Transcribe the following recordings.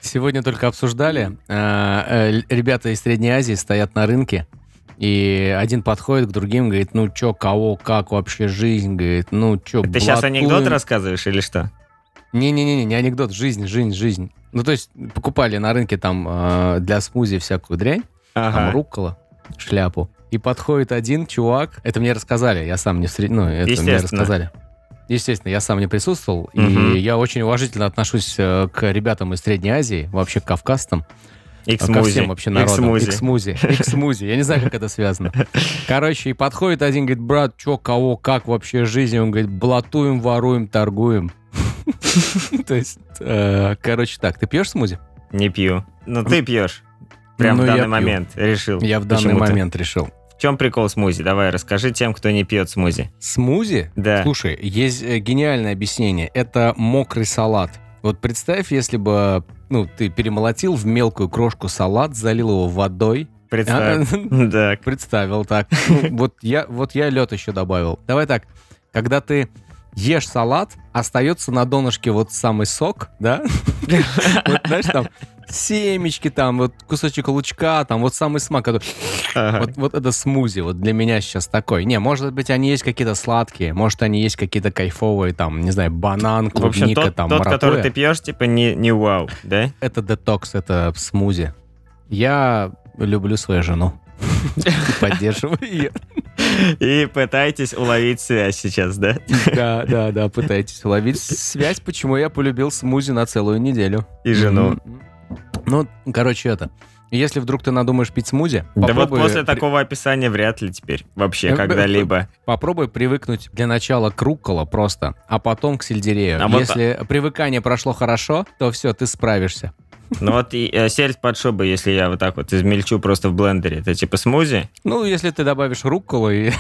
Сегодня только обсуждали. Ребята из Средней Азии стоят на рынке, и один подходит к другим, говорит, ну чё, кого, как вообще жизнь, говорит, ну чё, Ты сейчас анекдот рассказываешь или что? Не анекдот, жизнь. Ну, то есть покупали на рынке там для смузи всякую дрянь, там руккола, шляпу, и подходит один чувак, это мне рассказали, я сам не это мне рассказали. Естественно, я сам не присутствовал, и я очень уважительно отношусь к ребятам из Средней Азии, вообще к кавказцам. Ко всем вообще народам. Икс-музи. Я не знаю, как это связано. Короче, и подходит один, говорит, брат, чё, кого, как вообще жизнь? Он говорит, блатуем, воруем, торгуем. То есть, короче, так, ты пьешь смузи? Не пью. Ну, ты пьешь. Прям в данный момент решил. Я в данный момент решил. В чем прикол смузи? Давай, расскажи тем, кто не пьет смузи. Смузи? Да. Слушай, есть гениальное объяснение. Это мокрый салат. Вот представь, если бы ты перемолотил в мелкую крошку салат, залил его водой. Представил так. Вот я лед еще добавил. Давай так, когда ты ешь салат, остается на донышке вот самый сок, да? Вот, знаешь, там семечки, там вот кусочек лучка, там вот самый смак. Вот это смузи, вот для меня сейчас такой. Не, может быть, они есть какие-то сладкие, может, они есть какие-то кайфовые, там, не знаю, банан, клубника, там, маракуйя. Тот, который ты пьешь, типа, не вау, да? Это детокс, это смузи. Я люблю свою жену. Поддерживаю ее. И пытаетесь уловить связь сейчас, да? Да, пытаетесь уловить связь, почему я полюбил смузи на целую неделю. И жену. Ну, короче, если вдруг ты надумаешь пить смузи, да вот после такого описания вряд ли теперь вообще когда-либо. Попробуй привыкнуть для начала к руккола просто, а потом к сельдерею. Если привыкание прошло хорошо, то все, ты справишься. Ну вот и сельдь под шубой, если я вот так вот измельчу просто в блендере, это типа смузи? Ну, если ты добавишь рукколу и...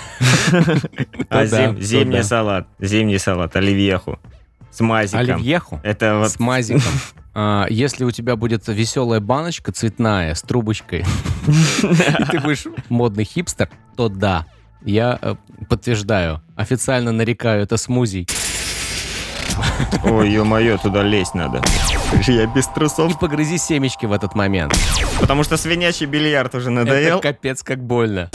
Зимний салат, оливьеху с мазиком. Оливьеху? Это вот... С мазиком. Если у тебя будет веселая баночка цветная с трубочкой, и ты будешь модный хипстер, то да, я подтверждаю, официально нарекаю это смузи. Ой, ё-моё, туда лезть надо. Я без трусов. И погрызи семечки в этот момент. Потому что свинячий бильярд уже надоел. Это капец как больно.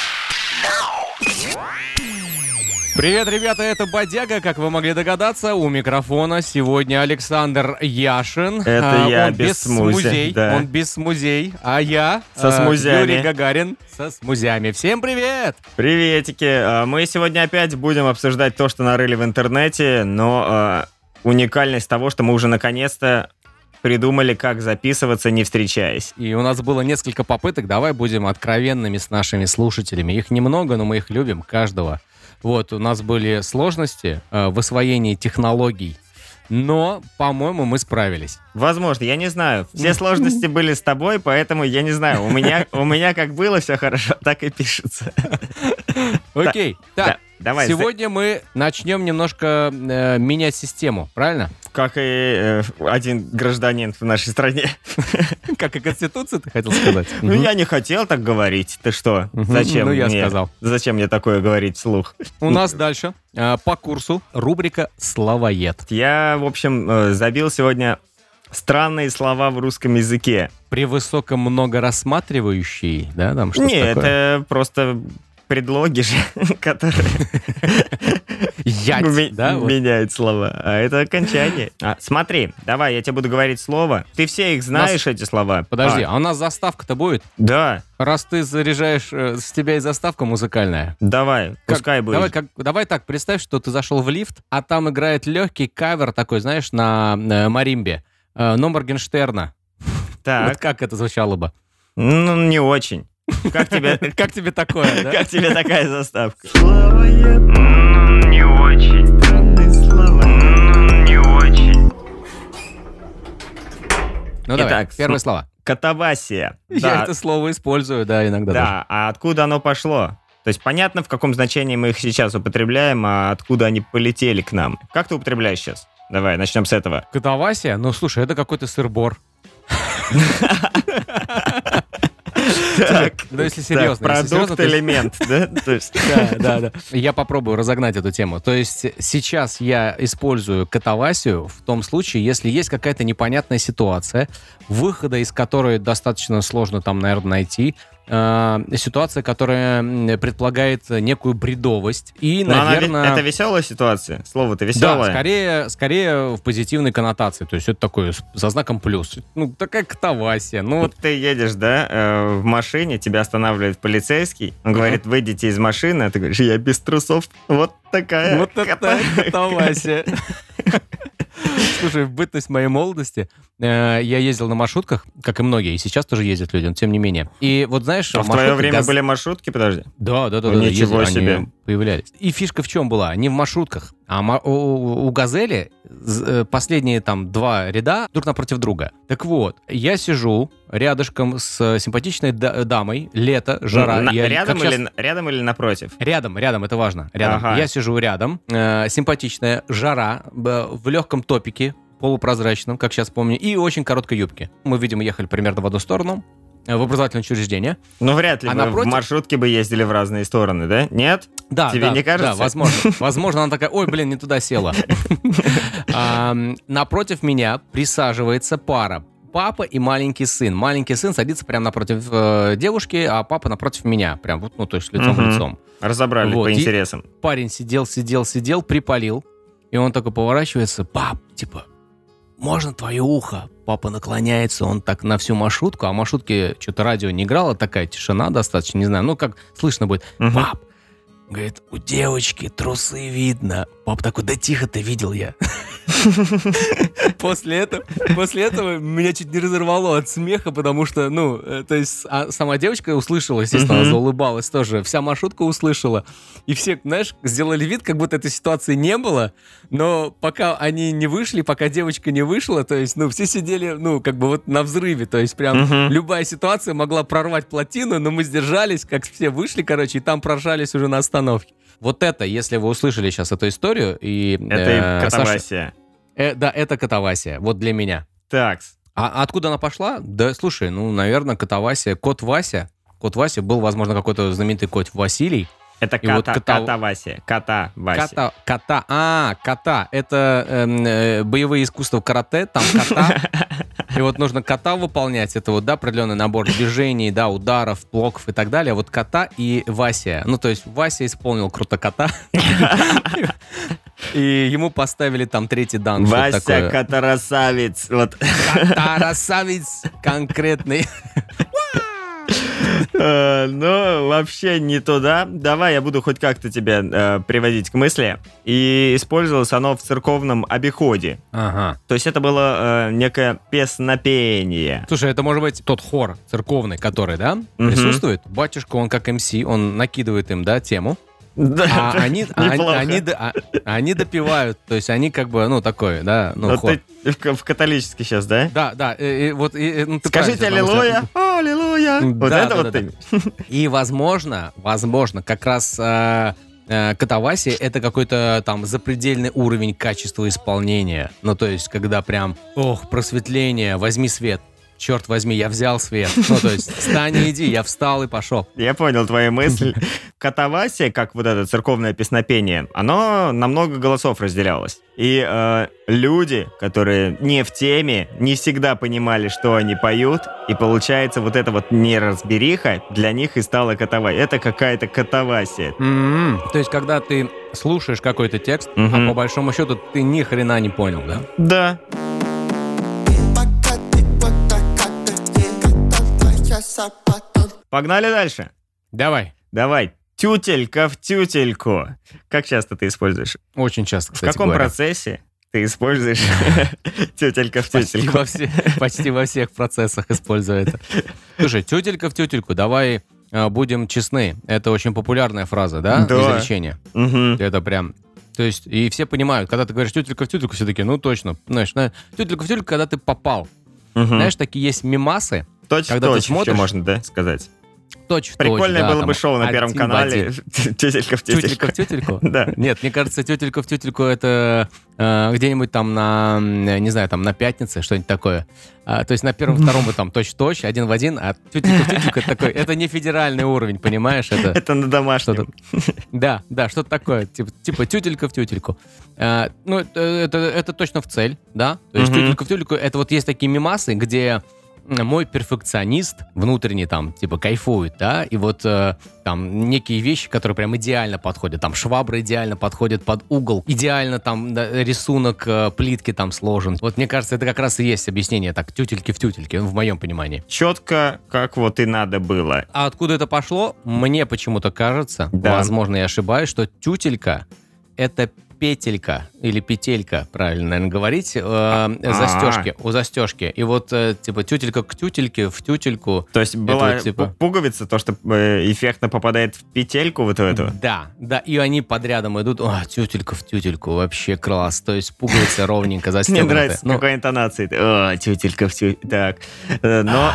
Привет, ребята, это Бодяга, как вы могли догадаться. У микрофона сегодня Александр Яшин. Это я он без смузей. Да. Он без смузей, а я со смузями. Юрий Гагарин со смузями. Всем привет! Приветики. Мы сегодня опять будем обсуждать то, что нарыли в интернете, но уникальность того, что мы уже наконец-то придумали, как записываться, не встречаясь. И у нас было несколько попыток. Давай будем откровенными с нашими слушателями. Их немного, но мы их любим, каждого. Вот, у нас были сложности в освоении технологий, но, по-моему, мы справились. Возможно, я не знаю. Все сложности были с тобой, поэтому я не знаю. У меня как было все хорошо, так и пишется. Окей, так. Давай. Сегодня мы начнем немножко менять систему, правильно? Как и один гражданин в нашей стране. Как и Конституция, ты хотел сказать? Ну, я не хотел так говорить. Ты что? Зачем? Ну, я сказал. Зачем мне такое говорить вслух? У нас дальше по курсу рубрика «Словоед». Я, в общем, забил сегодня странные слова в русском языке. При высоком многорассматривающий, да, там что-то такое? Нет, это просто... предлоги же, которые меняют слова. А это окончание. Смотри, давай, я тебе буду говорить слово. Ты все их знаешь, эти слова? Подожди, а у нас заставка-то будет? Да. Раз ты заряжаешь, с тебя и заставка музыкальная. Давай, пускай будет. Давай так, представь, что ты зашел в лифт, а там играет легкий кавер такой, знаешь, на маримбе. Но Моргенштерна. Так. Вот как это звучало бы? Ну, не очень. Как тебе такое, да? Как тебе такая заставка? Словоед. Не очень. Странные слова. Не очень. Ну давай, первые слова. Катавасия. Я это слово использую, да, иногда даже. Да, а откуда оно пошло? То есть понятно, в каком значении мы их сейчас употребляем, а откуда они полетели к нам. Как ты употребляешь сейчас? Давай, начнем с этого. Катавасия? Ну, слушай, это какой-то сыр-бор. Ну, если серьезно. Продукт-элемент, да? Да. Я попробую разогнать эту тему. То есть сейчас я использую катавасию в том случае, если есть какая-то непонятная ситуация, выхода из которой достаточно сложно там, наверное, найти, ситуация, которая предполагает некую бредовость. И, наверное... Это веселая ситуация? Слово-то веселое? Да, скорее в позитивной коннотации. То есть это такое со знаком плюс. Ну, такая катавасия. Ну, вот ты едешь, да, в машине, тебя останавливает полицейский, он говорит, выйдите из машины, а ты говоришь, я без трусов. Вот такая катавасия. Слушай, в бытность моей молодости я ездил на маршрутках, как и многие, и сейчас тоже ездят люди, но тем не менее. И вот знаешь... А в твое время были маршрутки, подожди? Да. Ничего себе. Они появлялись. И фишка в чем была? Не в маршрутках, а у «Газели» последние там 2 ряда друг напротив друга. Так вот, я сижу рядышком с симпатичной дамой, лето, жара. Рядом или напротив? Рядом, это важно. Рядом. Ага. Я сижу рядом, симпатичная, жара, в легком топике, полупрозрачном, как сейчас помню, и очень короткой юбке. Мы, видимо, ехали примерно в одну сторону, в образовательное учреждение. Ну, вряд ли в маршрутке бы ездили в разные стороны, да? Нет? Да. Тебе не кажется? Да, возможно. Возможно, она такая, ой, блин, не туда села. Напротив меня присаживается пара. Папа и маленький сын. Маленький сын садится прямо напротив девушки, а папа напротив меня. Прям вот, ну, то есть лицом в лицом. Разобрали по интересам. И парень сидел, припалил. И он такой поворачивается, пап, типа, можно твое ухо? Папа наклоняется, он так на всю маршрутку, а в маршрутке что-то радио не играло, такая тишина достаточно, не знаю, ну как слышно будет. Пап, говорит, у девочки трусы видно. Пап такой, да тихо, ты видел я. После этого меня чуть не разорвало от смеха, потому что, ну, то есть сама девочка услышала, естественно, она заулыбалась тоже, вся маршрутка услышала, и все, знаешь, сделали вид, как будто этой ситуации не было, но пока они не вышли, пока девочка не вышла, то есть, ну, все сидели, ну, как бы вот на взрыве, то есть прям любая ситуация могла прорвать плотину, но мы сдержались, как все вышли, короче, и там проржались уже на остановке. Вот это, если вы услышали сейчас эту историю, и... Это катавасия. Да, это катавасия, вот для меня. Такс. А откуда она пошла? Да, слушай, ну, наверное, катавасия. Кот Вася. Кот Вася был, возможно, какой-то знаменитый кот Василий. Это катавасия. Кота-Вася. Кота. Это боевые искусства карате, там кота. И вот нужно кота выполнять. Это вот, да, определенный набор движений, да, ударов, блоков и так далее. Вот кота и Вася. Ну, то есть Вася исполнил круто кота. И ему поставили там 3-й дан. Вася Катарасавец. Катарасавец конкретный. Ну, вообще не туда. Давай я буду хоть как-то тебя приводить к мысли. И использовалось оно в церковном обиходе. Ага. То есть это было некое песнопение. Слушай, это может быть тот хор церковный, который, да, присутствует. Батюшка, он как МС, он накидывает им, да, тему. Да, они допивают, то есть они как бы, ну, такое, да, ну, вот хор. Ты в католический сейчас, да? Да, ну, скажите аллилуйя, аллилуйя. Вот это вот ты. И, возможно, как раз катавасия — это какой-то там запредельный уровень качества исполнения. Ну, то есть, когда прям, просветление, возьми свет. Черт возьми, я взял свет. Ну, то есть, встань и иди, я встал и пошел. Я понял твою мысль. Катавасия, как вот это церковное песнопение, оно на много голосов разделялось. И люди, которые не в теме, не всегда понимали, что они поют, и получается вот эта вот неразбериха для них и стала катавасия. Это какая-то катавасия. То есть, когда ты слушаешь какой-то текст, а по большому счету ты ни хрена не понял, да? Да. Погнали дальше. Давай. Тютелька в тютельку. Как часто ты используешь? Очень часто, кстати. В каком процессе ты используешь тютелька в тютельку? Почти во всех процессах использую это. Слушай, тютелька в тютельку, давай будем честны. Это очень популярная фраза, да? Изречение. Это прям... То есть, и все понимают, когда ты говоришь тютелька в тютельку, все такие, ну точно. Знаешь, тютелька в тютельку, когда ты попал. Знаешь, такие есть мемасы. Точно, можно, да, сказать? Точь-в-точь, Прикольное да, было там бы шоу на Первом 1 в канале. 1. Тютелька в Тютелька тютельку. в тютельку? Да. Нет, мне кажется, тютелька в тютельку это где-нибудь там на, не знаю, там на пятнице, что-нибудь такое. То есть на первом-втором там точь-в-точь, 1 в 1, а тютелька в тютельку это такой, это не федеральный уровень, понимаешь? Это на домашнем. Да, что-то такое, типа тютелька в тютельку. Ну, это точно в цель, да? То есть тютелька в тютельку, это вот есть такие мемасы, где мой перфекционист внутренний там, типа, кайфует, да, и вот там некие вещи, которые прям идеально подходят, там швабра идеально подходит под угол, идеально там рисунок плитки там сложен. Вот мне кажется, это как раз и есть объяснение так, тютельки в тютельке, в моем понимании. Четко, как вот и надо было. А откуда это пошло? Мне почему-то кажется, Да. возможно, я ошибаюсь, что тютелька — это петелька или петелька, правильно, наверное, говорить, застежки, у застежки. И вот, типа, тютелька к тютельке, в тютельку. То есть была вот, типа, пуговица, то, что эффектно попадает в петельку вот эту. Да, и они подрядом идут, тютелька в тютельку, вообще класс. То есть пуговица ровненько Мне застегнутая. нравится, какой интонации. Тютелька в тютельку. Так, но...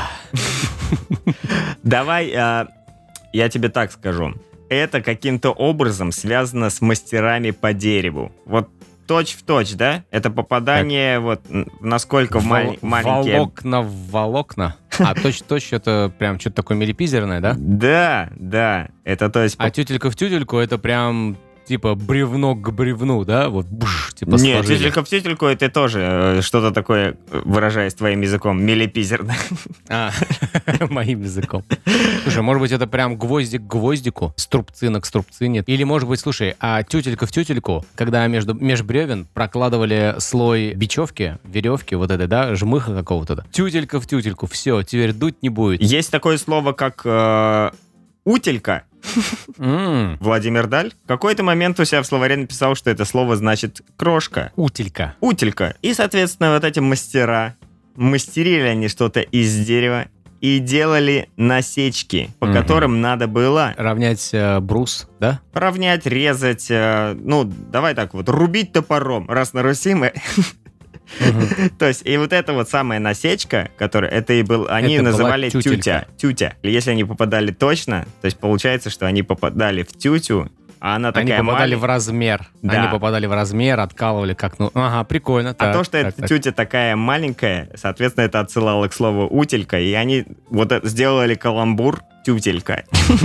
Давай, я тебе так скажу. Это каким-то образом связано с мастерами по дереву. Вот точь в точь, да? Это попадание вот насколько маленькие... Волокна в волокна. А точь-в-точь это прям что-то такое мелипизерное, да? Да. Это то есть... А тютелька в тютельку это прям... Типа бревно к бревну, да? Вот буш, типа Нет, сложили. тютелька в тютельку это тоже что-то такое, выражаясь твоим языком, мелипизерное. Моим языком. Слушай, может быть, это прям гвоздик к гвоздику, струбцина к струбцине. Или, может быть, слушай, а тютелька в тютельку, когда меж бревен прокладывали слой бечевки, веревки, вот это, да, жмыха какого-то. Тютелька в тютельку, все, теперь дуть не будет. Есть такое слово, как утелька. Владимир Даль в какой-то момент у себя в словаре написал, что это слово значит крошка. Утелька. Утелька. И, соответственно, вот эти мастера, мастерили они что-то из дерева и делали насечки, по которым надо было... Равнять брус, да? Равнять, резать, давай так вот, рубить топором, раз на Руси мы... То есть, и вот эта вот самая насечка, которая, это и был, они Это называли была тютелька. тютя. Если они попадали точно, то есть получается, что они попадали в тютю, а она такая Они попадали маленькая. в размер. Да. Они попадали в размер, откалывали как, прикольно. А то, что эта тютя такая маленькая, соответственно, это отсылало к слову утелька, и они вот сделали каламбур тютелька.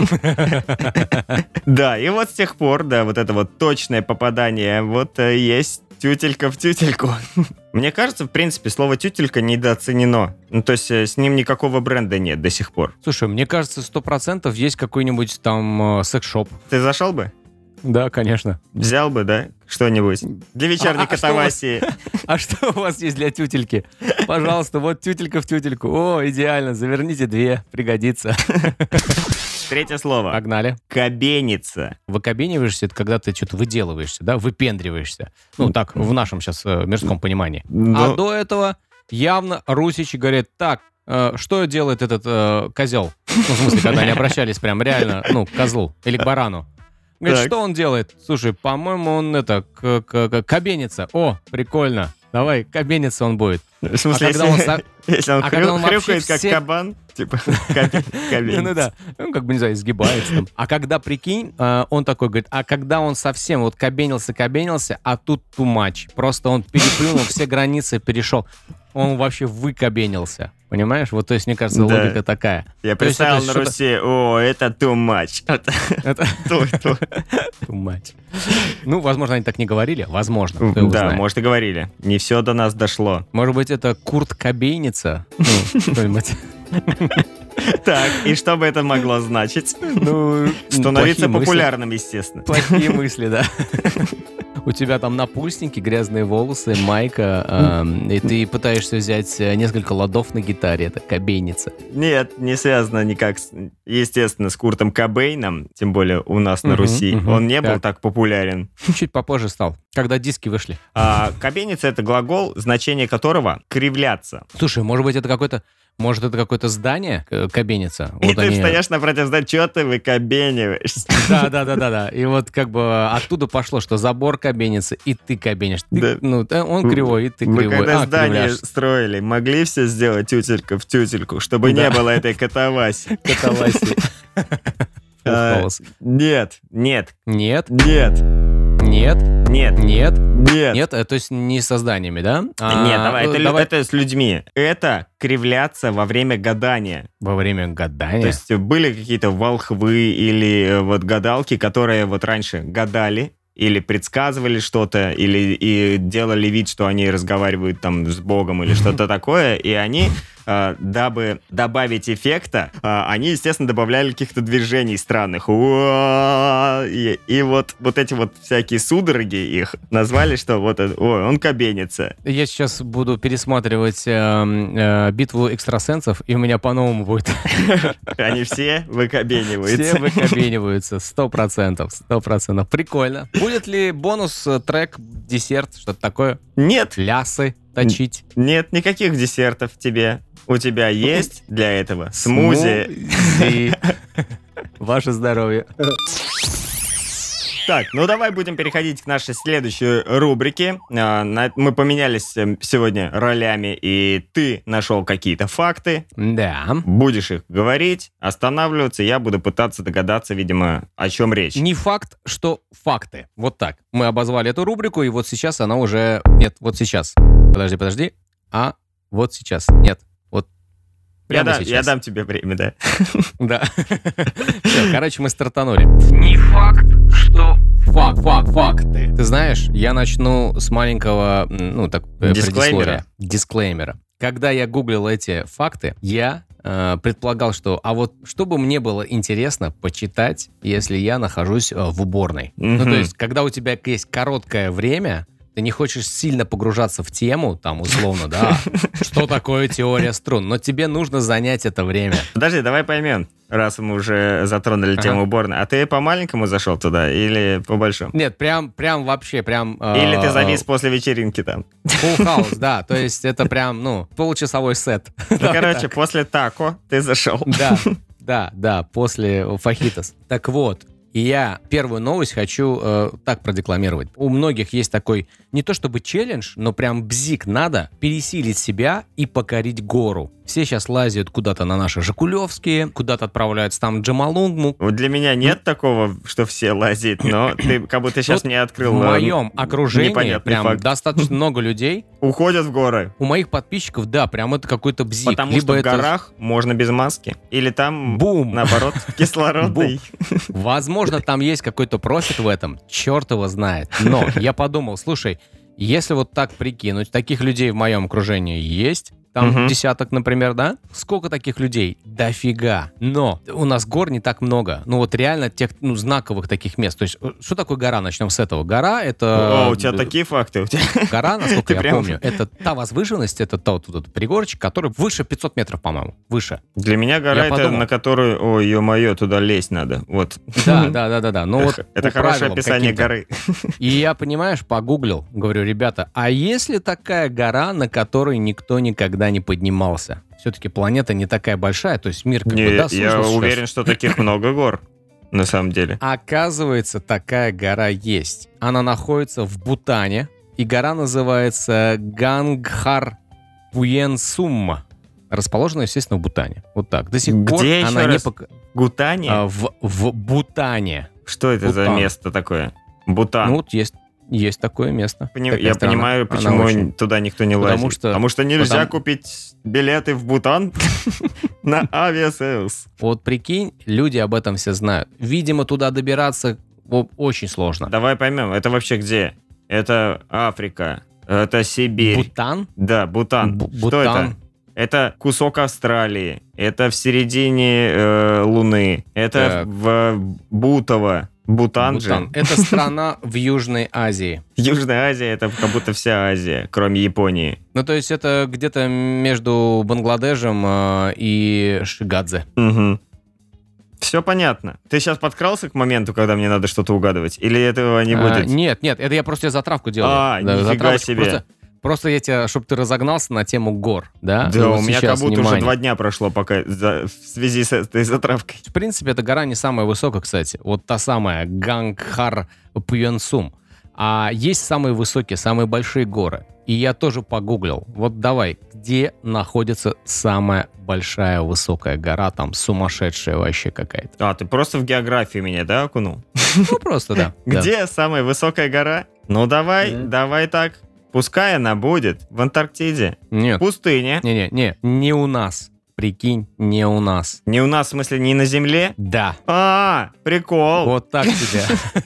Да, и вот с тех пор, да, вот это вот точное попадание, вот есть тютелька в тютельку. Мне кажется, в принципе, слово тютелька недооценено. Ну, то есть с ним никакого бренда нет до сих пор. Слушай, мне кажется, 100% есть какой-нибудь там секс-шоп. Ты зашел бы? Да, конечно. Взял бы, да, что-нибудь? Для вечерней катавасии. А что у вас есть для тютельки? Пожалуйста, вот тютелька в тютельку. О, идеально, заверните 2, пригодится. Третье слово. Погнали. Кабеница. Выкабениваешься, это когда ты что-то выделываешься, да, выпендриваешься. Ну, так, в нашем сейчас мирском понимании. А до этого явно русичи говорят, так, что делает этот козел? Ну, в смысле, когда они обращались прям реально, к козлу или к барану. Говорит, Так. что он делает? Слушай, по-моему, он кабенится. О, прикольно. Давай, кабениться он будет. В смысле, если он хрюкает, как кабан, типа кабенится. Ну да, как бы, не знаю, изгибается там. А когда, прикинь, он такой говорит, а когда он совсем вот кабенился, а тут too much. Просто он переплюнул все границы, перешел. Он вообще выкабенился. Понимаешь? Вот, то есть, мне кажется, Да. логика такая. Я То есть представил это на что-то- Руси, это too much. Это Ту- too much. Ну, возможно, они так не говорили. Возможно. кто его Да, знает. может, и говорили. Не все до нас дошло. Может быть, это Курт Кобейница? Ну, что-нибудь. Так, и что бы это могло значить? Ну, Становиться плохие мысли. популярным, естественно. Плохие мысли, да. У тебя там напульсники, грязные волосы, майка, и ты пытаешься взять несколько ладов на гитаре. Это кобейница. Нет, не связано никак, естественно, с Куртом Кобейном, тем более у нас на Мгм, Руси. мгм. Он не был Так. так популярен. Чуть попозже стал. Когда диски вышли. Кабениться — это глагол, значение которого кривляться. Слушай, может быть, это какое-то здание, кабеница? И вот ты встаешь напротив здания, что ты выкабениваешься? Да. И вот как бы оттуда пошло, что забор кабенится, и ты кабенишь. Он кривой, и ты кривой. Вы когда здание строили, могли все сделать тютелька в тютельку, чтобы не было этой катаваси? Катаваси. Нет. Нет. Нет. Нет. Нет. Нет. Нет. Нет, то есть не с созданиями, да? Нет, это с людьми. Это кривляться во время гадания. Во время гадания? То есть были какие-то волхвы или вот гадалки, которые вот раньше гадали, или предсказывали что-то, и делали вид, что они разговаривают там с Богом или что-то такое, и они, дабы добавить эффекта, они, естественно, добавляли каких-то движений странных. И вот эти вот всякие судороги их назвали, что вот он кабенится. Я сейчас буду пересматривать «Битву экстрасенсов», и у меня по-новому будет. Они все выкабениваются. Все выкабениваются, 100%. Прикольно. Будет ли бонус-трек, десерт, что-то такое? Нет. Лясы точить? Нет, никаких десертов тебе. У тебя есть для этого смузи. Ваше здоровье. Так, ну давай будем переходить к нашей следующей рубрике. Мы поменялись сегодня ролями, и ты нашел какие-то факты. Да. Будешь их говорить, останавливаться, я буду пытаться догадаться, видимо, о чем речь. Не факт, что факты. Вот так. Мы обозвали эту рубрику, и вот сейчас она уже... Нет, вот сейчас. Подожди. А вот сейчас. Нет. Вот прямо сейчас. Я дам тебе время, да. Да. Все, короче, мы стартанули. Не факт, что... Факты. Ты знаешь, я начну с маленького, дисклеймера. Когда я гуглил эти факты, я предполагал, что что бы мне было интересно почитать, если я нахожусь в уборной. Ну, то есть, когда у тебя есть короткое время, ты не хочешь сильно погружаться в тему, там, условно, да, что такое теория струн, но тебе нужно занять это время. Подожди, давай поймем, раз мы уже затронули тему уборной. А ты по-маленькому зашел туда или по-большому? Нет, прям вообще. Или ты завис после вечеринки там? Full house, да, то есть это прям, получасовой сет. Ну, короче, после тако ты зашел. Да, после фахитос. Так вот, и я первую новость хочу так продекламировать. У многих есть такой, не то чтобы челлендж, но прям бзик надо пересилить себя и покорить гору. Все сейчас лазят куда-то на наши Жигулевские, куда-то отправляются там в Джомолунгму. Вот для меня нет такого, что все лазят, но ты как будто сейчас не открыл. В моем окружении прям достаточно много людей уходят в горы. У моих подписчиков, да, прям это какой-то бзик. Потому что в горах можно без маски. Или там, наоборот, кислородный. Возможно, там есть какой-то профит в этом, черт его знает. Но я подумал, слушай, если вот так прикинуть, таких людей в моем окружении есть, там десяток, например, да? Сколько таких людей? Дофига. Но у нас гор не так много. Ну вот реально тех знаковых таких мест. То есть что такое гора? Начнем с этого. Гора — это... О, у тебя такие факты. Гора, насколько я помню, это та возвышенность, это тот пригорочек, который выше 500 метров, по-моему. Выше. Для меня гора — это на которую, ой, ё-моё, туда лезть надо. Вот. Да. Ну вот это хорошее описание горы. И я, понимаешь, погуглил. Говорю, ребята, а если такая гора, на которой никто никогда не поднимался? Все-таки планета не такая большая, то есть мир как бы, да, я уверен, что таких много гор, на самом деле. Оказывается, такая гора есть. Она находится в Бутане, и гора называется Гангхар Пуенсумма. Расположена, естественно, в Бутане. Вот так. До сих пор где она еще не раз? Гутане? В Бутане. Что это за место такое? Бутан. Ну, вот есть такое место. Я понимаю, почему туда никто не лазит. Потому что нельзя купить билеты в Бутан на авиасейлс. Вот прикинь, люди об этом все знают. Видимо, туда добираться очень сложно. Давай поймем, это вообще где? Это Африка, это Сибирь. Бутан? Да, Бутан. Что это? Это кусок Австралии, это в середине Луны, это в Бутово. Бутан же. Это страна в Южной Азии. Южная Азия — это как будто вся Азия, кроме Японии. Ну, то есть это где-то между Бангладешем и Шигадзе. Угу. Все понятно. Ты сейчас подкрался к моменту, когда мне надо что-то угадывать? Или этого не будет? Нет, это я просто тебе затравку делаю. Нифига себе. Просто я тебя, чтобы ты разогнался на тему гор, да? Да, у меня как будто уже 2 дня прошло пока в связи с этой затравкой. В принципе, эта гора не самая высокая, кстати. Вот та самая Гангхар Пхёнсум. А есть самые высокие, самые большие горы. И я тоже погуглил. Вот давай, где находится самая большая высокая гора, там сумасшедшая вообще какая-то. Ты просто в географию меня, да, окунул? Ну, просто да. Где самая высокая гора? Ну, давай так. Пускай она будет в Антарктиде. Нет. В пустыне. Не у нас. Прикинь, не у нас. Не у нас, в смысле, не на Земле? Да. Прикол. Вот так тебе.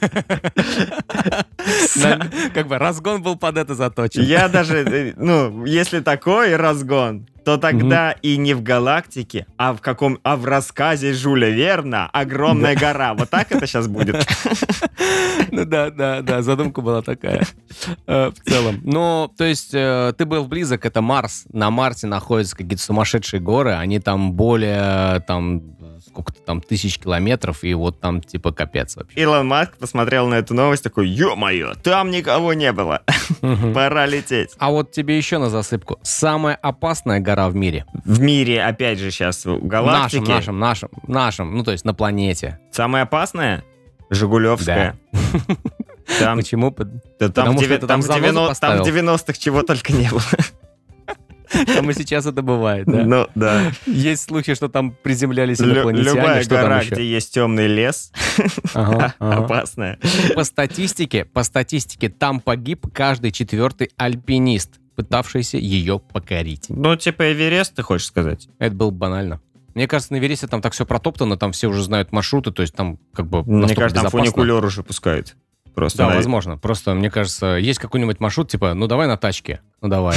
Как бы разгон был под это заточен. Я даже, если такой разгон, то тогда и не в галактике, а в рассказе Жюля Верна «Огромная гора». Вот так это сейчас будет? Ну да, задумка была такая в целом. Ну, то есть ты был близок, это Марс. На Марсе находятся какие-то сумасшедшие горы, они там более, сколько-то там 1000 километров, и вот там типа капец вообще. Илон Маск посмотрел на эту новость, такой: ё-моё, там никого не было. Пора лететь. А вот тебе еще на засыпку. Самая опасная гора в мире. В мире, опять же, сейчас в галактике. Нашем, ну то есть на планете. Самая опасная? Жигулевская. Да. Почему? Там в 90-х чего только не было. Там и сейчас это бывает, да? Ну, да. Есть слухи, что там приземлялись инопланетяне. Любая гора, где есть темный лес, опасная. По статистике, там погиб каждый 4-й альпинист, пытавшийся ее покорить. Ну, типа Эверест, ты хочешь сказать? Это было банально. Мне кажется, на Эвересте там так все протоптано, там все уже знают маршруты, то есть там как бы мне кажется, там фуникулер уже пускают. Просто да, возможно. Просто, мне кажется, есть какой-нибудь маршрут, типа, ну давай на тачке, ну давай.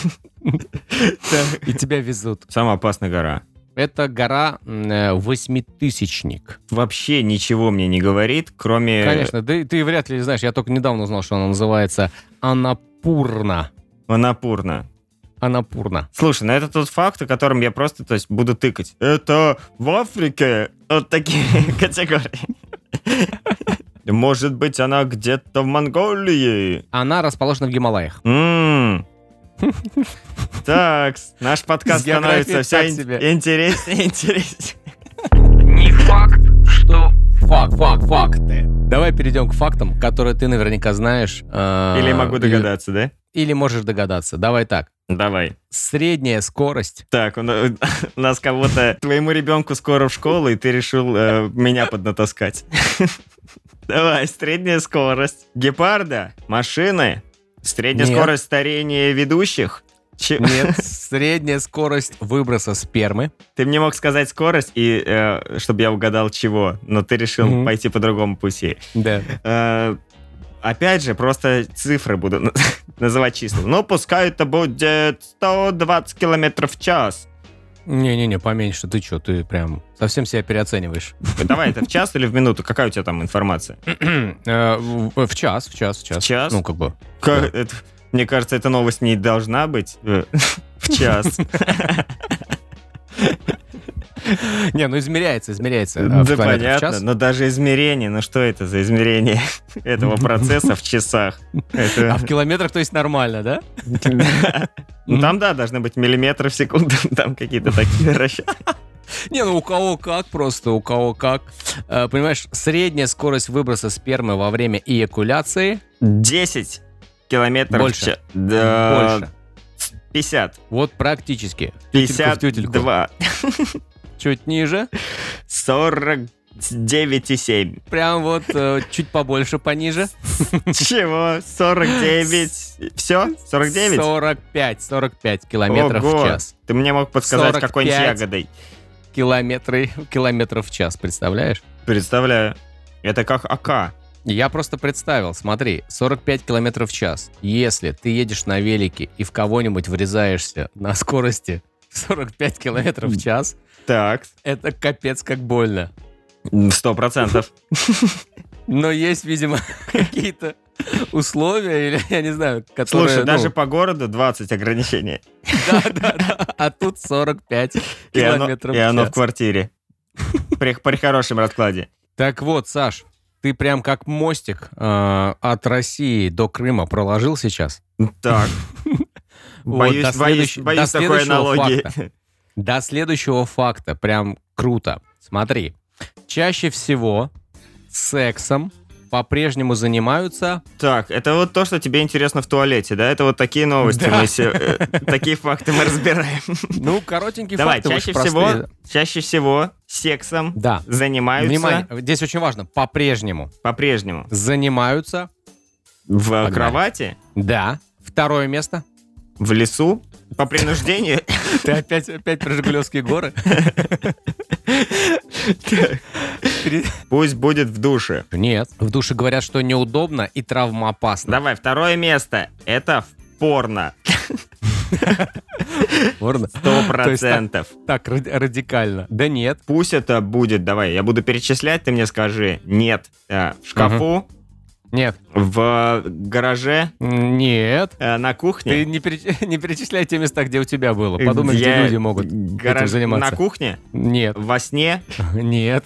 И тебя везут. Самая опасная гора. Это гора Восьмитысячник. Вообще ничего мне не говорит, кроме... Конечно, ты вряд ли знаешь, я только недавно узнал, что она называется Анапурна. Анапурна. Слушай, ну это тот факт, о котором я просто, буду тыкать. Это в Африке вот такие категории. Может быть, она где-то в Монголии. Она расположена в Гималаях. Так, наш подкаст становится все интереснее. Не факт, что... Факты. Давай перейдем к фактам, которые ты наверняка знаешь. Или могу догадаться, да? Или можешь догадаться. Давай так. Давай. Средняя скорость. Так, у нас кого-то... Твоему ребенку скоро в школу, и ты решил меня поднатаскать. Давай, средняя скорость. Гепарда, машины, средняя скорость старения ведущих. Нет, средняя скорость выброса спермы. Ты мне мог сказать скорость, и чтобы я угадал чего, но ты решил пойти по другому пути. Да. Опять же, просто цифры буду называть числа. Ну, пускай это будет 120 километров в час. Не-не-не, поменьше. Ты что, ты прям совсем себя переоцениваешь. Давай, это в час или в минуту? Какая у тебя там информация? В час. В час? Ну, как бы. Мне кажется, эта новость не должна быть в час. Не, ну измеряется. Да понятно, но даже измерение, ну что это за измерение этого процесса в часах? А в километрах, то есть нормально, да? Ну там, да, должны быть миллиметры в секунду, там какие-то такие расчеты. Не, ну у кого как. Понимаешь, средняя скорость выброса спермы во время эякуляции... 10 километров в час. Больше. 50. Вот практически. 52. Чуть ниже. 49,7. Прям вот чуть побольше пониже. Чего? 49. Все? 49? 45 километров в час. Ты мне мог подсказать какой-нибудь ягодой. Километров в час, представляешь? Представляю. Это как АК. Я просто представил, смотри, 45 километров в час. Если ты едешь на велике и в кого-нибудь врезаешься на скорости 45 километров в час, так, это капец как больно. 100%. Но есть, видимо, какие-то условия, или я не знаю, которые... Слушай, даже по городу 20 ограничений. Да. А тут 45 километров в час. И оно в квартире. При хорошем раскладе. Так вот, Саш, ты прям как мостик от России до Крыма проложил сейчас. Так. Вот, Боюсь такой аналогии. До следующего факта. Прям круто. Смотри. Чаще всего сексом по-прежнему занимаются... Так, это вот то, что тебе интересно в туалете, да? Это вот такие новости, такие факты мы разбираем. Ну, коротенькие Давай, факты. чаще всего сексом Да. занимаются... Внимание, здесь очень важно. По-прежнему занимаются... В кровати? Да. Второе место. В лесу? По принуждению? Ты опять про Жигулевские горы? Пусть будет в душе. Нет. В душе говорят, что неудобно и травмоопасно. Давай, второе место. Это в порно. Порно? 100%. Так радикально. Да нет. Пусть это будет, давай, я буду перечислять, ты мне скажи. Нет. В шкафу? Нет. В гараже? Нет. На кухне? Ты не перечисляй те места, где у тебя было. Подумай, где люди могут этим заниматься. На кухне? Нет. Во сне? Нет.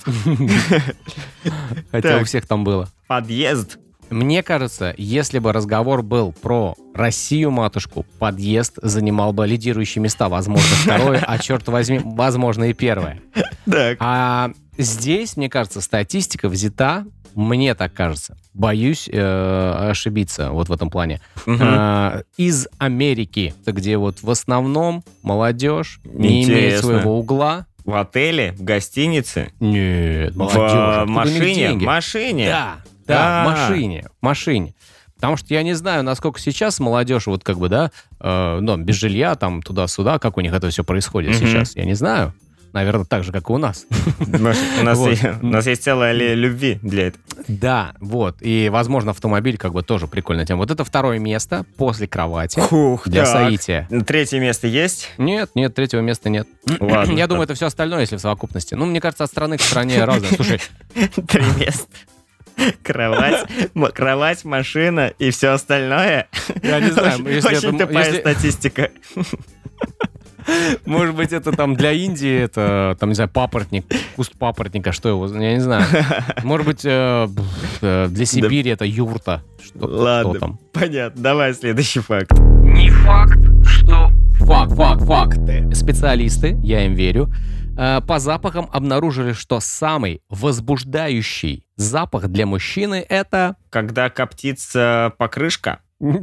Хотя у всех там было. Подъезд? Мне кажется, если бы разговор был про Россию-матушку, подъезд занимал бы лидирующие места. Возможно, второе, а черт возьми, возможно, и первое. Так. А здесь, мне кажется, статистика взята, мне так кажется, боюсь ошибиться вот в этом плане, из Америки, где вот в основном молодежь не имеет своего угла. В отеле? В гостинице? Нет, молодежь. В машине? В машине? Да, в машине. Потому что я не знаю, насколько сейчас молодежь, вот как бы, да, без жилья, там, туда-сюда, как у них это все происходит сейчас. Я не знаю. Наверное, так же, как и у нас. У нас есть целая аллея любви для этого. Да, вот. И, возможно, автомобиль как бы тоже прикольная тема. Вот это второе место после кровати для соития. Третье место есть? Нет, третьего места нет. Ладно. Я думаю, это все остальное, если в совокупности. Ну, мне кажется, от страны к стране разное. Слушай. 3 места. Кровать, машина и все остальное. Я не знаю. Очень тупая статистика. Может быть, это там для Индии, это, там, не знаю, папоротник, куст папоротника, что его, я не знаю. Может быть, для Сибири это юрта. Ладно, там? Понятно. Давай следующий факт. Не факт, что... Факты. Специалисты, я им верю, по запахам обнаружили, что самый возбуждающий запах для мужчины это... Когда коптится покрышка.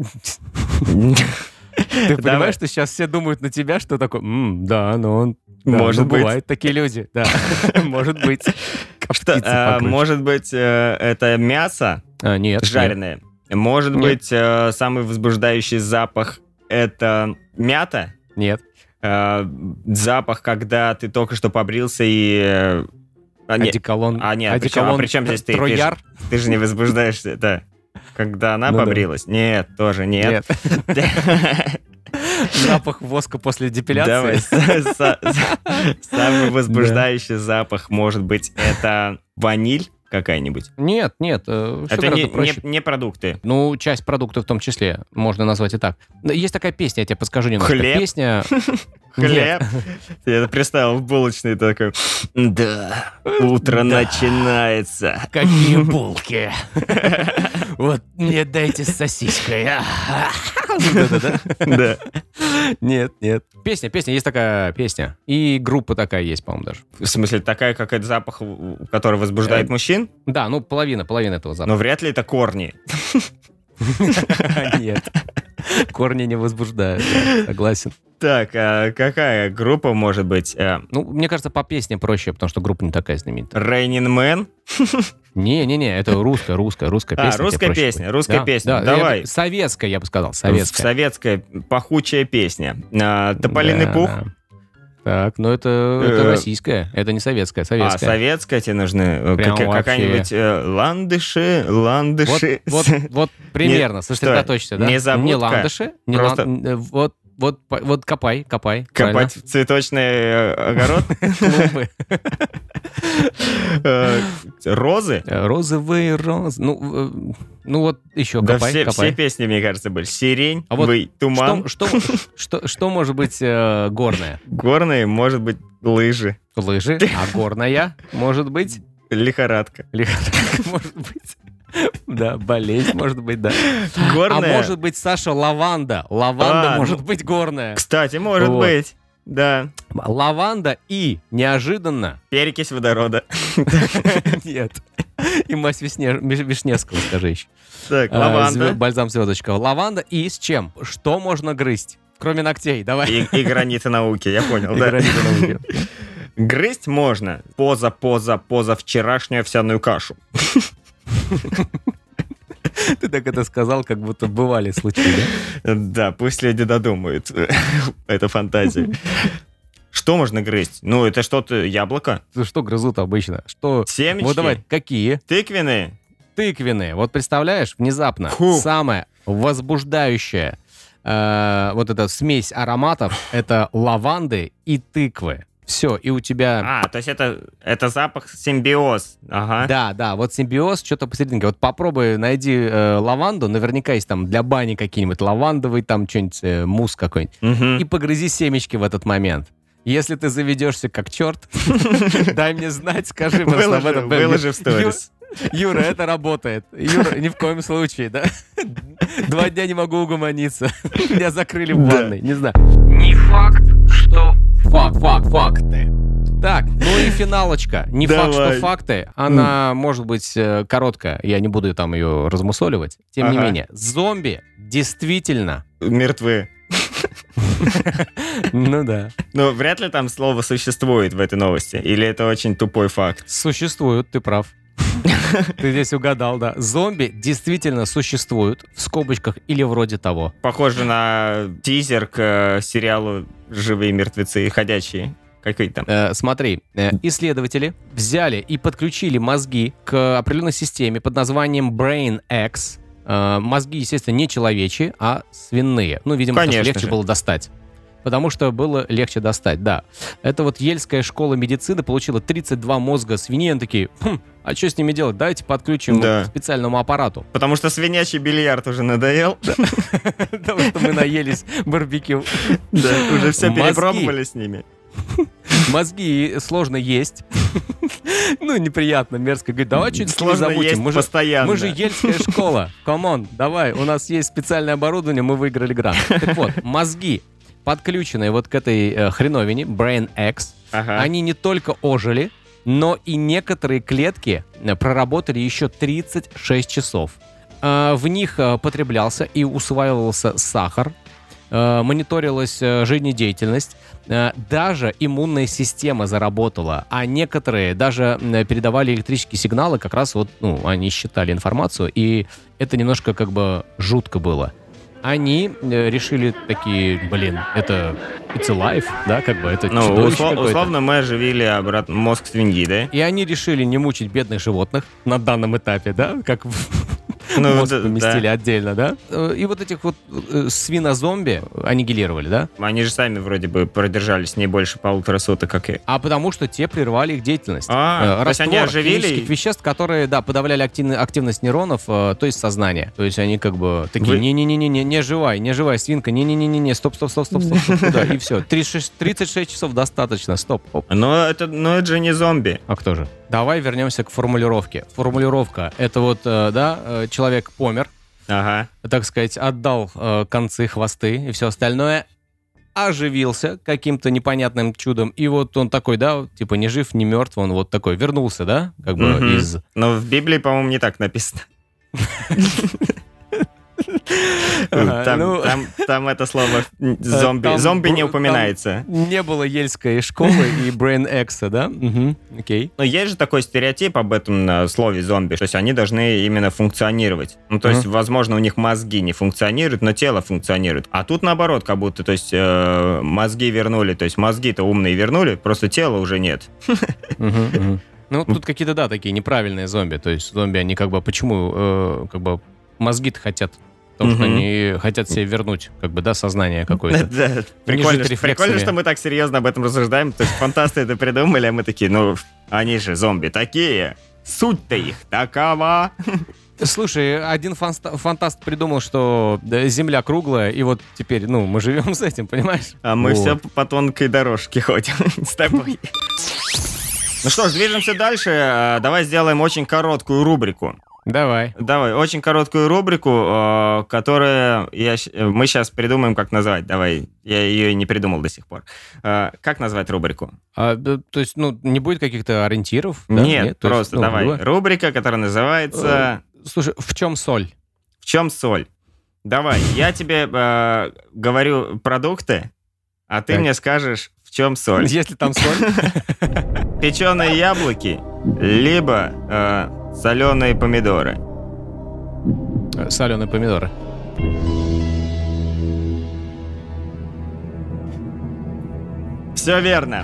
Ты понимаешь, что сейчас все думают на тебя, что такое, да, но он... Может быть. Бывают такие люди, да. Может быть. Может быть, это мясо жареное. Может быть, самый возбуждающий запах это мята? Нет. Запах, когда ты только что побрился и... Одеколон. Нет, при чем здесь ты? Трояр? Ты же не возбуждаешься, да. Когда она побрилась? Да. Нет, тоже нет. Запах воска после депиляции? Давай. Самый возбуждающий запах, может быть, это ваниль какая-нибудь? Нет. Это не продукты. Ну, часть продуктов в том числе, можно назвать и так. Есть такая песня, я тебе подскажу немножко. Хлеб? Песня... Хлеб? Я это представил в булочной такой. Да, утро начинается. Какие булки. Вот мне дайте с сосиской. Да. Нет. Песня, есть такая песня. И группа такая есть, по-моему, даже. В смысле, такая, как этот запах, который возбуждает мужчин? Да, ну, половина этого запаха. Но вряд ли это корни. Нет. Корни не возбуждают, согласен. Так, а какая группа может быть? Ну, мне кажется, по песне проще, потому что группа не такая знаменитая. Raining Man? Не, это русская песня. Русская песня. Давай. Советская, я бы сказал, советская. Пахучая песня. Тополиный пух? Так, ну это российская, это не советская, советская. А, советская тебе нужны? Какая-нибудь ландыши? Вот примерно, сосредоточься, да? Незабудка? Не ландыши, вот копай. Копать цветочный огород? Клумбы. Розы? Розовые розы. Ну, Ну вот еще Да копай. все песни, мне кажется, были. Сирень, А вот туман. Что может быть горное? Горные, может быть, лыжи. Лыжи. А горная может быть? Лихорадка. Лихорадка может быть. Да, болезнь может быть, да. Горная. А может быть, Саша, лаванда. Лаванда может быть горная. Кстати, может быть. Да. Лаванда и неожиданно... Перекись водорода. Нет. И мазь Вишневского, скажи еще. Так, лаванда. Бальзам звездочка. Лаванда и с чем? Что можно грызть? Кроме ногтей, давай. И границы науки, я понял, да. Границы науки. Грызть можно позавчерашнюю овсяную кашу. Ты так это сказал, как будто бывали случаи, да? Да, пусть люди додумают. Это фантазия. Что можно грызть? Ну, это что-то яблоко. Что грызут обычно? Что? Семечки. Вот давай, какие? Тыквенные. Тыквенные. Вот представляешь, внезапно самая возбуждающая вот эта смесь ароматов — это лаванды и тыквы. Все, и у тебя... То есть это запах симбиоз. Ага. Да, вот симбиоз, что-то посерединке. Вот попробуй, найди лаванду, наверняка есть там для бани какие-нибудь лавандовый, там что-нибудь, мусс какой-нибудь. И погрызи семечки в этот момент. Если ты заведешься как черт, дай мне знать, скажи. Выложи в сторис. Юра, это работает. Юра, ни в коем случае, да? 2 дня не могу угомониться. Меня закрыли в ванной, не знаю. Не факт, что... Факты. Так, ну и финалочка. Не факт, что факты. Она может быть короткая. Я не буду там ее размусоливать. Тем не менее, зомби действительно... Мертвы. Ну да. Но вряд ли там слово существует в этой новости. Или это очень тупой факт? Существуют, ты прав. Ты здесь угадал, да. Зомби действительно существуют, в скобочках или вроде того. Похоже на тизер к сериалу «Живые мертвецы» ходячие. Какой там? Смотри, исследователи взяли и подключили мозги к определенной системе под названием Brain X. Мозги, естественно, не человечьи, а свиные. Ну, видимо, потому что легче было достать. Потому что было легче достать, да. Это вот Ельская школа медицины получила 32 мозга свиней. Они такие, а что с ними делать? Давайте подключим к специальному аппарату. Потому что свинячий бильярд уже надоел. Потому что мы наелись барбекю. Да, уже все перепробовали с ними. Мозги сложно есть. Ну, неприятно, мерзко. Говорит, давай что-нибудь не замутим. Мы же Ельская школа. Камон, давай, у нас есть специальное оборудование, мы выиграли грант. Так вот, мозги, подключенные вот к этой хреновине, Brain X, они не только ожили, но и некоторые клетки проработали еще 36 часов. В них потреблялся и усваивался сахар, мониторилась жизнедеятельность, даже иммунная система заработала, а некоторые даже передавали электрические сигналы, как раз вот, они считали информацию, и это немножко как бы жутко было. Они решили такие, это it's alive, да, как бы это чудовище какое-то. Условно мы оживили обратно мозг свиньи, да? И они решили не мучить бедных животных на данном этапе, да, как мозг поместили отдельно, да? И вот этих вот свинозомби аннигилировали, да? Они же сами вроде бы продержались не больше 1,5 суток, как и... А потому что те прервали их деятельность. То есть они оживили? Химических веществ, которые, да, подавляли активность нейронов, то есть сознание. То есть они как бы такие, не живая свинка, не, стоп, да, и все. 36 часов достаточно, стоп. Но это же не зомби. А кто же? Давай вернемся к формулировке. Формулировка — это вот, человек помер, так сказать, отдал концы, хвосты и все остальное, оживился каким-то непонятным чудом, и вот он такой, да, типа не жив, не мертв, он вот такой вернулся, да, как бы из... Но в Библии, по-моему, не так написано. Там это слово зомби не упоминается. Не было Ельской школы и Brain X, да? Окей. Но есть же такой стереотип об этом слове зомби, то есть они должны именно функционировать. Ну, то есть, возможно, у них мозги не функционируют, но тело функционирует. А тут наоборот, как будто, то есть мозги вернули, то есть мозги-то умные вернули, просто тела уже нет. Ну, тут какие-то, да, такие неправильные зомби. То есть зомби, они как бы, почему, как бы, мозги-то хотят? Потому что они хотят себе вернуть, как бы, да, сознание какое-то. Да, прикольно, что мы так серьезно об этом рассуждаем. То есть фантасты это придумали, а мы такие, они же зомби такие. Суть-то их такова. Слушай, один фантаст придумал, что Земля круглая, и вот теперь, мы живем с этим, понимаешь? А мы все по тонкой дорожке ходим с тобой. Ну что ж, движемся дальше. Давай сделаем очень короткую рубрику. Давай, очень короткую рубрику, которую мы сейчас придумаем, как назвать. Давай, я ее не придумал до сих пор. Как назвать рубрику? То есть, не будет каких-то ориентиров? Да? Нет, просто давай. Рубрика, которая называется... Слушай, в чем соль? В чем соль? Давай, я тебе говорю продукты, а ты мне скажешь, в чем соль. Если там соль? Печеные яблоки, либо соленые помидоры. Соленые помидоры. Все верно.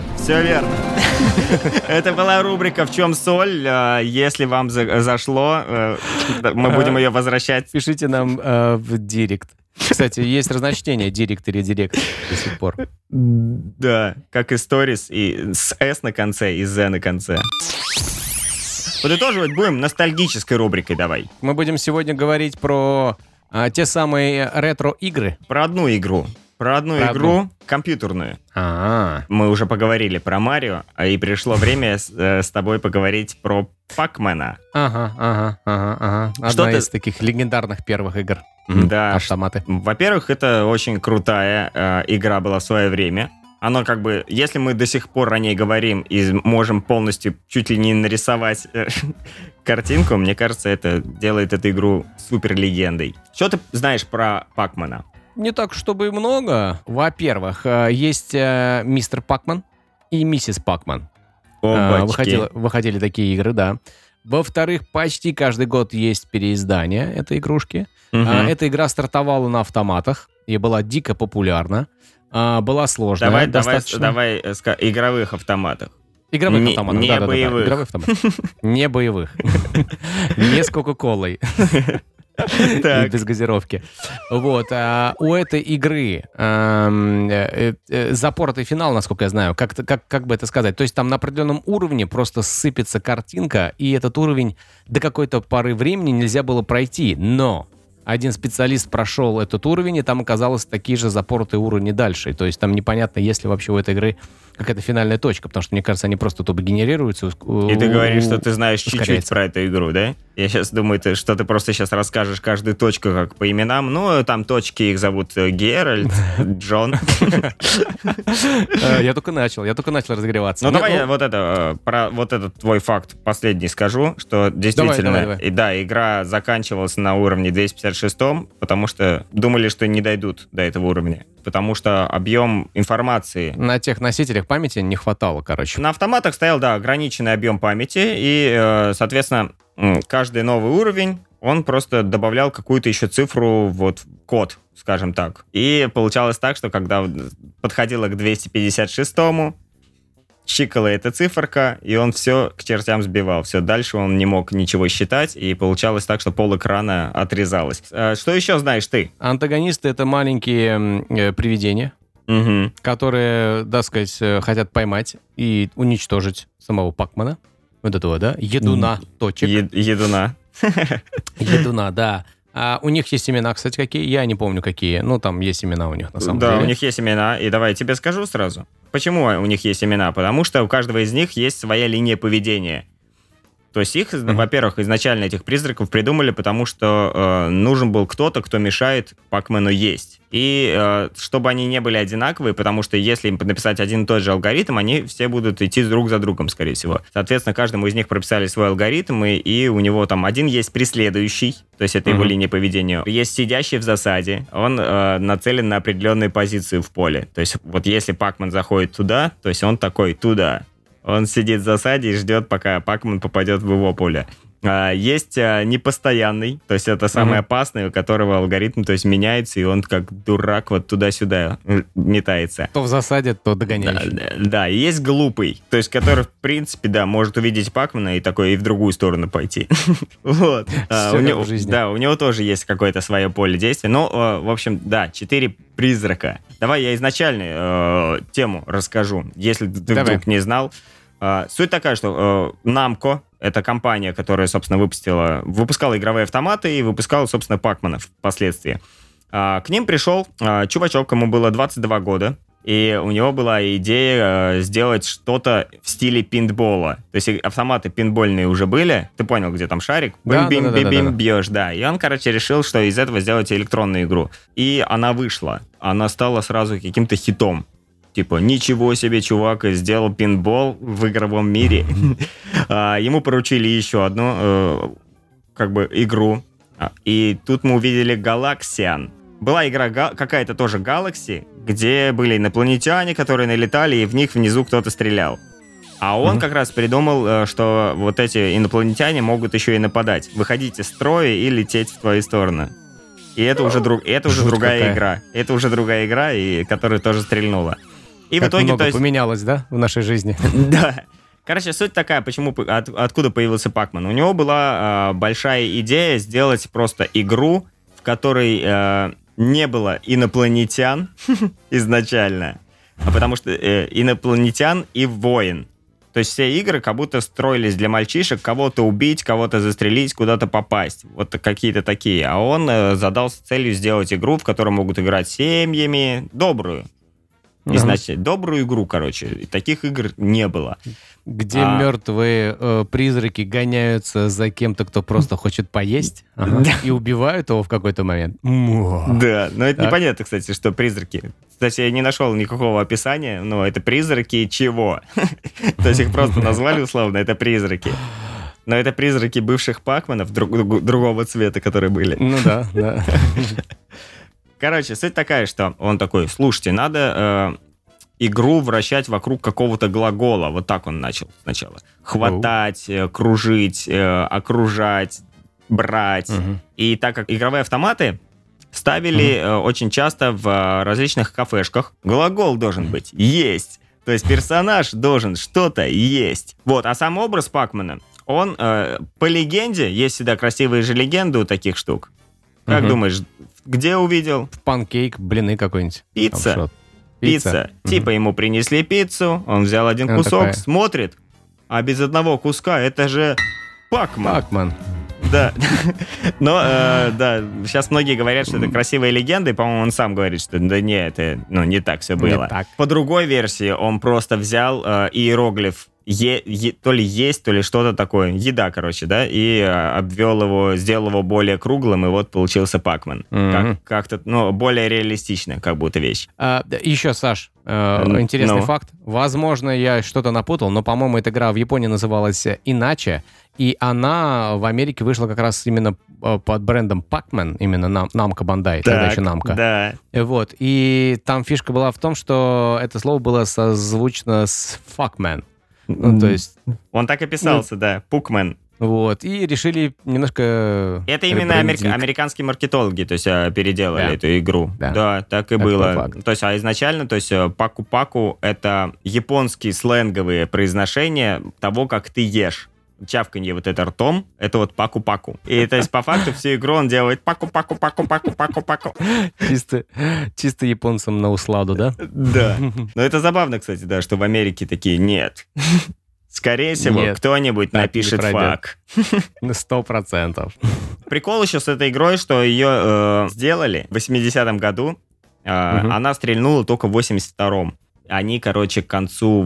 Это была рубрика «В чем соль?». Если вам зашло, мы будем ее возвращать. Пишите нам в директ. Кстати, есть разночтение директ или директ до сих пор. Да, как и сторис, и с «с» на конце, и «з» на конце. Подытоживать будем ностальгической рубрикой, давай. Мы будем сегодня говорить про те самые ретро-игры. Про одну игру компьютерную. Мы уже поговорили про Марио, и пришло время с тобой поговорить про Пакмена. Ага. Одна из таких легендарных первых игр. Да. Автоматы. Во-первых, это очень крутая игра была в свое время. Оно если мы до сих пор о ней говорим и можем полностью чуть ли не нарисовать картинку, мне кажется, это делает эту игру супер легендой. Что ты знаешь про Пакмена? Не так, чтобы много. Во-первых, есть мистер Пакман и миссис Пакман. Выходили такие игры, да. Во-вторых, почти каждый год есть переиздание этой игрушки. Эта игра стартовала на автоматах и была дико популярна. Была сложная. Давай игровых автоматах. Игровых автоматов, не да. Боевых. Игровых автоматов. Не боевых. Не с Кока-Колой. Без газировки. Вот. У этой игры запоротый финал, насколько я знаю. Как бы это сказать? То есть там на определенном уровне просто сыпется картинка, и этот уровень до какой-то поры времени нельзя было пройти. Но один специалист прошел этот уровень, и там оказалось такие же запоротые уровни дальше. То есть там непонятно, есть ли вообще у этой игры какая-то финальная точка, потому что, мне кажется, они просто тупо генерируются. И ты говоришь, что ты знаешь чуть-чуть про эту игру, да? Я сейчас думаю, что ты просто сейчас расскажешь каждую точку как по именам. Ну, там точки, их зовут Геральт, Джон. Я только начал разогреваться. Ну, давай я про вот этот твой факт последний скажу, что действительно, да, игра заканчивалась на уровне 256, потому что думали, что не дойдут до этого уровня. Потому что объем информации... На тех носителях памяти не хватало, короче. На автоматах стоял, да, ограниченный объем памяти, и, соответственно, каждый новый уровень, он просто добавлял какую-то еще цифру, код, скажем так. И получалось так, что когда подходило к 256-му, чикала эта циферка, и он все к чертям сбивал. Все, дальше он не мог ничего считать, и получалось так, что пол-экрана отрезалось. Что еще знаешь ты? Антагонисты — это маленькие привидения, которые, так сказать, хотят поймать и уничтожить самого Пакмана. Вот этого, да? Едуна, точек. Едуна. Едуна, да. А у них есть имена, кстати, какие? Я не помню, какие. Ну, там есть имена у них, на самом деле. Да, у них есть имена. И давай я тебе скажу сразу. Почему у них есть имена? Потому что у каждого из них есть своя линия поведения. То есть их, во-первых, изначально этих призраков придумали, потому что нужен был кто-то, кто мешает Пакмену есть. И чтобы они не были одинаковые, потому что если им написать один и тот же алгоритм, они все будут идти друг за другом, скорее всего. Соответственно, каждому из них прописали свой алгоритм, и у него там один есть преследующий, то есть это его линия поведения. Есть сидящий в засаде, он нацелен на определенную позицию в поле. То есть вот если Пакмен заходит туда, то есть он такой туда. Он сидит в засаде и ждет, пока Пакмен попадет в его поле. Есть непостоянный, то есть это самый опасный, у которого алгоритм, то есть меняется, и он как дурак вот туда-сюда метается. То в засаде, то догоняющий. Да, и есть глупый, то есть который, в принципе, да, может увидеть Пакмена и такой и в другую сторону пойти. Вот. У него тоже есть какое-то свое поле действия. Ну, в общем, да, 4 призрака. Давай я изначально тему расскажу, если ты вдруг не знал. Суть такая, что Namco — это компания, которая, собственно, выпускала игровые автоматы и выпускала, собственно, Пакманов впоследствии. К ним пришел чувачок, ему было 22 года, и у него была идея сделать что-то в стиле пинтбола. То есть автоматы пинтбольные уже были, ты понял, где там шарик, бим-бим-бим-бим, бьешь, да. И он, решил, что из этого сделать электронную игру. И она вышла. Она стала сразу каким-то хитом. Типа, ничего себе, чувак сделал пинбол в игровом мире. Ему поручили еще одну игру. И тут мы увидели Galaxian. Была игра какая-то тоже Galaxy, где были инопланетяне, которые налетали, и в них внизу кто-то стрелял. А он как раз придумал, что вот эти инопланетяне могут еще и нападать. Выходить из строя и лететь в твою сторону. И это уже другая игра. Это уже другая игра, и которая тоже стрельнула. И как в итоге, много поменялось, да, в нашей жизни? Да. Суть такая, откуда появился Пакман. У него была большая идея сделать просто игру, в которой не было инопланетян изначально, потому что инопланетян и войн. То есть все игры как будто строились для мальчишек, кого-то убить, кого-то застрелить, куда-то попасть. Вот какие-то такие. А он задался целью сделать игру, в которой могут играть семьями, добрую. Изначально. Добрую игру, И таких игр не было. Где мертвые призраки гоняются за кем-то, кто просто хочет поесть, и убивают его в какой-то момент. Да, но это непонятно, кстати, что призраки. Кстати, я не нашел никакого описания, но это призраки чего? То есть их просто назвали условно, это призраки. Но это призраки бывших Пакманов другого цвета, которые были. Ну да. Суть такая, что он такой, слушайте, надо игру вращать вокруг какого-то глагола. Вот так он начал сначала. Хватать, кружить, окружать, брать. И так как игровые автоматы ставили очень часто в различных кафешках, глагол должен быть «есть». То есть персонаж должен что-то есть. Вот, а сам образ Пакмана, он по легенде, есть всегда красивые же легенды у таких штук. Как думаешь, где увидел? В панкейк, блины какой-нибудь. Пицца. Типа ему принесли пиццу, он взял один кусок, смотрит, а без одного куска это же Пакман. Да. Но, сейчас многие говорят, что это красивые легенды, и, по-моему, он сам говорит, что да не, это не так все было. По другой версии он просто взял иероглиф то ли есть, то ли что-то такое. Еда, да, и обвел его, сделал его более круглым, и вот получился Пакман. Как-то, более реалистично, как будто вещь. Еще, Саш, интересный факт. Возможно, я что-то напутал, но, по-моему, эта игра в Японии называлась иначе, и она в Америке вышла как раз именно под брендом Pac-Man, именно Namco Bandai, тогда еще Namco. Да. Вот, и там фишка была в том, что это слово было созвучно с Fuckman. То есть... Он так и писался, да, Пукмен. Вот, и решили немножко... Это именно американские маркетологи, то есть переделали эту игру. Да, так и было. То есть, изначально, паку-паку — это японские сленговые произношения того, как ты ешь. Чавканье вот это ртом, это вот паку-паку. И то есть по факту всю игру он делает паку-паку-паку-паку-паку-паку. Чисто японцам на усладу, да? Да. Но это забавно, кстати, да, что в Америке такие нет. Скорее всего, кто-нибудь напишет фак. 100%. Прикол еще с этой игрой, что ее сделали в 80-м году. Она стрельнула только в 82-м. Они, к концу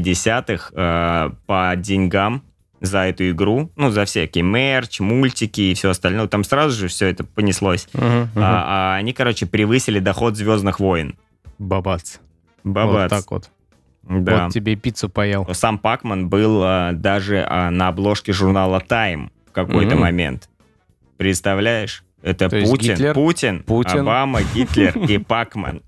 80-х по деньгам за эту игру, за всякие мерч, мультики и все остальное. Там сразу же все это понеслось. Они, превысили доход «Звездных войн». Бабац. Вот так вот. Да. Вот тебе пиццу поел. Сам Пакман был даже на обложке журнала Time в какой-то момент. Представляешь? Это Путин, Обама, Гитлер и Пакман.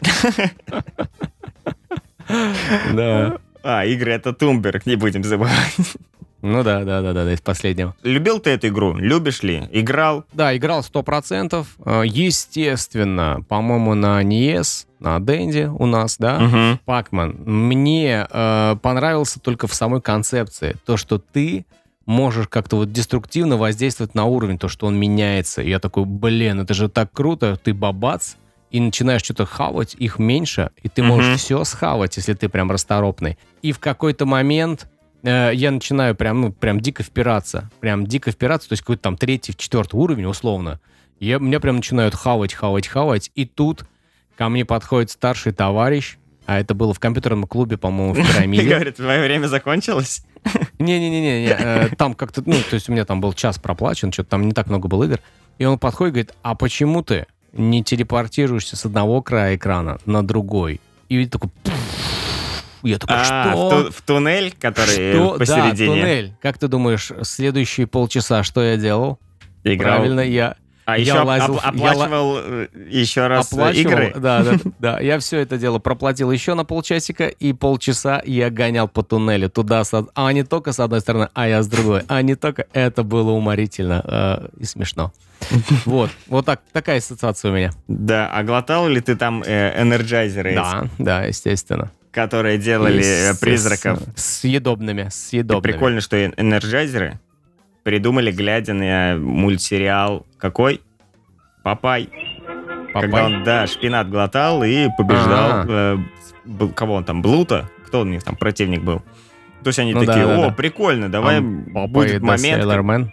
Да. Игры — это Тумберг, не будем забывать. Ну да, из последнего. Любил ты эту игру? Любишь ли? Играл? Да, играл 100%. Естественно, по-моему, на NES, на Денди у нас, да, Пакман. Мне понравился только в самой концепции. То, что ты можешь как-то вот деструктивно воздействовать на уровень, то, что он меняется. И я такой, это же так круто, ты бабац, и начинаешь что-то хавать, их меньше, и ты можешь все схавать, если ты прям расторопный. И в какой-то момент я начинаю прям дико впираться. Прям дико впираться, то есть какой-то там 3-й, 4-й уровень, условно. Меня прям начинают хавать. И тут ко мне подходит старший товарищ, а это было в компьютерном клубе, по-моему, в пирамиде. И говорит, твое время закончилось? Не-не-не, там как-то, то есть у меня там был час проплачен, что-то там не так много было игр. И он подходит и говорит, а почему ты не телепортируешься с одного края экрана на другой? И такой... Я такой, что? В туннель, который посередине? Да, туннель. Как ты думаешь, следующие полчаса что я делал? Играл. Правильно, я оплачивал еще раз игры? Да. Я все это дело проплатил еще на полчасика, и полчаса я гонял по туннелю туда, а не только с одной стороны, а я с другой. А не только... Это было уморительно и смешно. Вот такая ассоциация у меня. Да, а глотал ли ты там энерджайзеры? Да, естественно. Которые делали призраков. Съедобными. И прикольно, что энерджайзеры придумали, глядя на мультсериал какой? Папай. Когда он, шпинат глотал и побеждал... Кого он там? Блута? Кто у них там противник был? То есть они такие, прикольно, давай будет момент.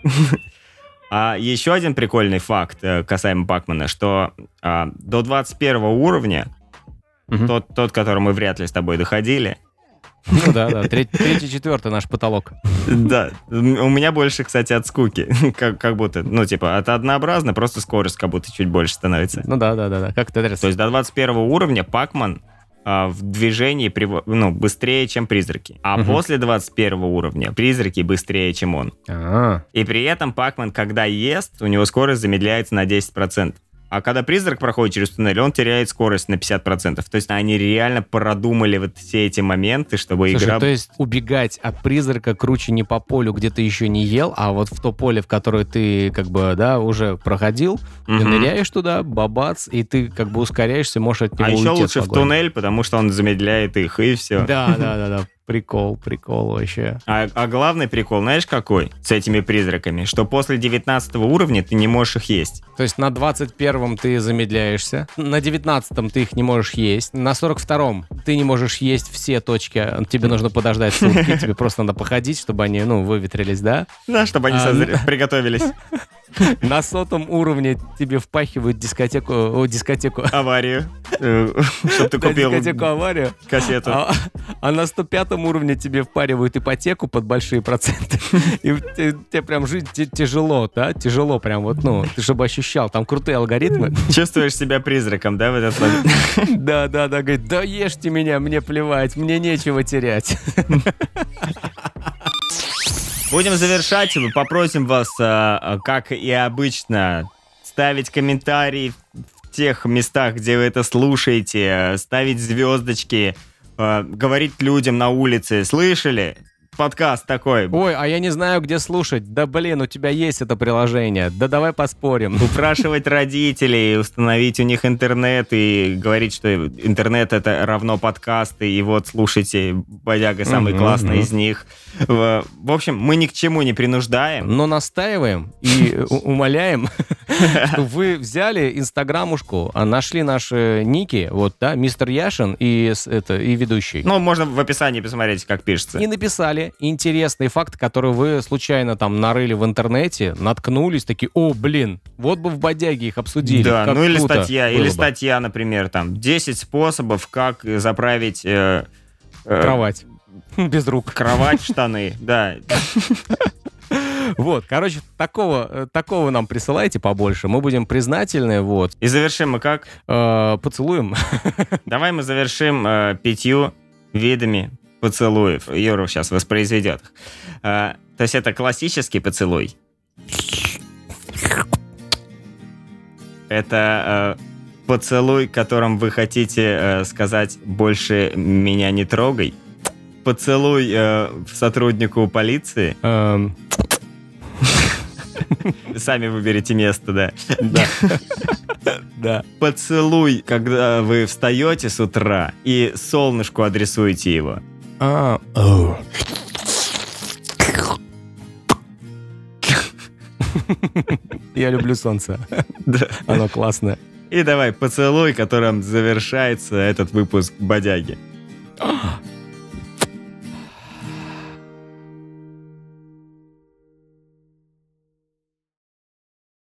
А еще один прикольный факт касаемо Пакмана, что до 21 уровня, тот, к которому мы вряд ли с тобой доходили. Ну да, 3-4 наш потолок. Да, у меня больше, кстати, от скуки. Как будто, от однообразно, просто скорость как будто чуть больше становится. Ну да, как это нравится. То есть до 21 уровня Пакман в движении быстрее, чем призраки. А после 21 уровня призраки быстрее, чем он. И при этом Пакман, когда ест, у него скорость замедляется на 10%. А когда призрак проходит через туннель, он теряет скорость на 50%. То есть они реально продумали вот все эти моменты, чтобы игра... то есть убегать от призрака круче не по полю, где ты еще не ел, а вот в то поле, в которое ты уже проходил, ты ныряешь туда, бабац, и ты ускоряешься, можешь от него уйти. А еще лучше в туннель, потому что он замедляет их, и все. Да. Прикол вообще. А главный прикол, знаешь какой? С этими призраками, что после 19 уровня ты не можешь их есть. То есть на 21-м ты замедляешься, на 19-м ты их не можешь есть, на 42-м ты не можешь есть все точки, тебе нужно подождать сутки, тебе просто надо походить, чтобы они, выветрились, да? Да, чтобы они приготовились. На 100-м уровне тебе впахивают дискотеку. Аварию. Чтобы ты купил дискотеку-аварию. Кассету. А на 105-м уровне тебе впаривают ипотеку под большие проценты. И тебе прям жить тяжело, да? Тяжело прям ты чтобы ощущал. Там крутые алгоритмы. Чувствуешь себя призраком, да, в этот момент? Да. Говорит, да ешьте меня, мне плевать, мне нечего терять. Будем завершать. Попросим вас, как и обычно, ставить комментарии в тех местах, где вы это слушаете, ставить звездочки, говорить людям на улице. Слышали? Подкаст такой. Ой, а я не знаю, где слушать. Да блин, у тебя есть это приложение. Да давай поспорим. Упрашивать родителей, установить у них интернет и говорить, что интернет это равно подкасты. И вот слушайте, Бодяга самый классный из них. В общем, мы ни к чему не принуждаем. Но настаиваем и умоляем, что вы взяли инстаграмушку, нашли наши ники, мистер Яшин и ведущий. Можно в описании посмотреть, как пишется. И написали интересный факт, который вы случайно там нарыли в интернете, наткнулись, такие, вот бы в Бодяге их обсудили. Да, или статья, например, там, 10 способов, как заправить... кровать. Без рук. Кровать, штаны, да. Такого нам присылайте побольше. Мы будем признательны, И завершим мы как? Поцелуем. Давай мы завершим 5 видами поцелуев. Юра сейчас воспроизведет их. То есть это классический поцелуй. Это поцелуй, которым вы хотите сказать «больше меня не трогай». Поцелуй сотруднику полиции. Сами выберите место, да. Да. Поцелуй, когда вы встаете с утра и солнышку адресуете его. Я люблю солнце. Да. Оно классное. И давай поцелуй, которым завершается этот выпуск Бодяги.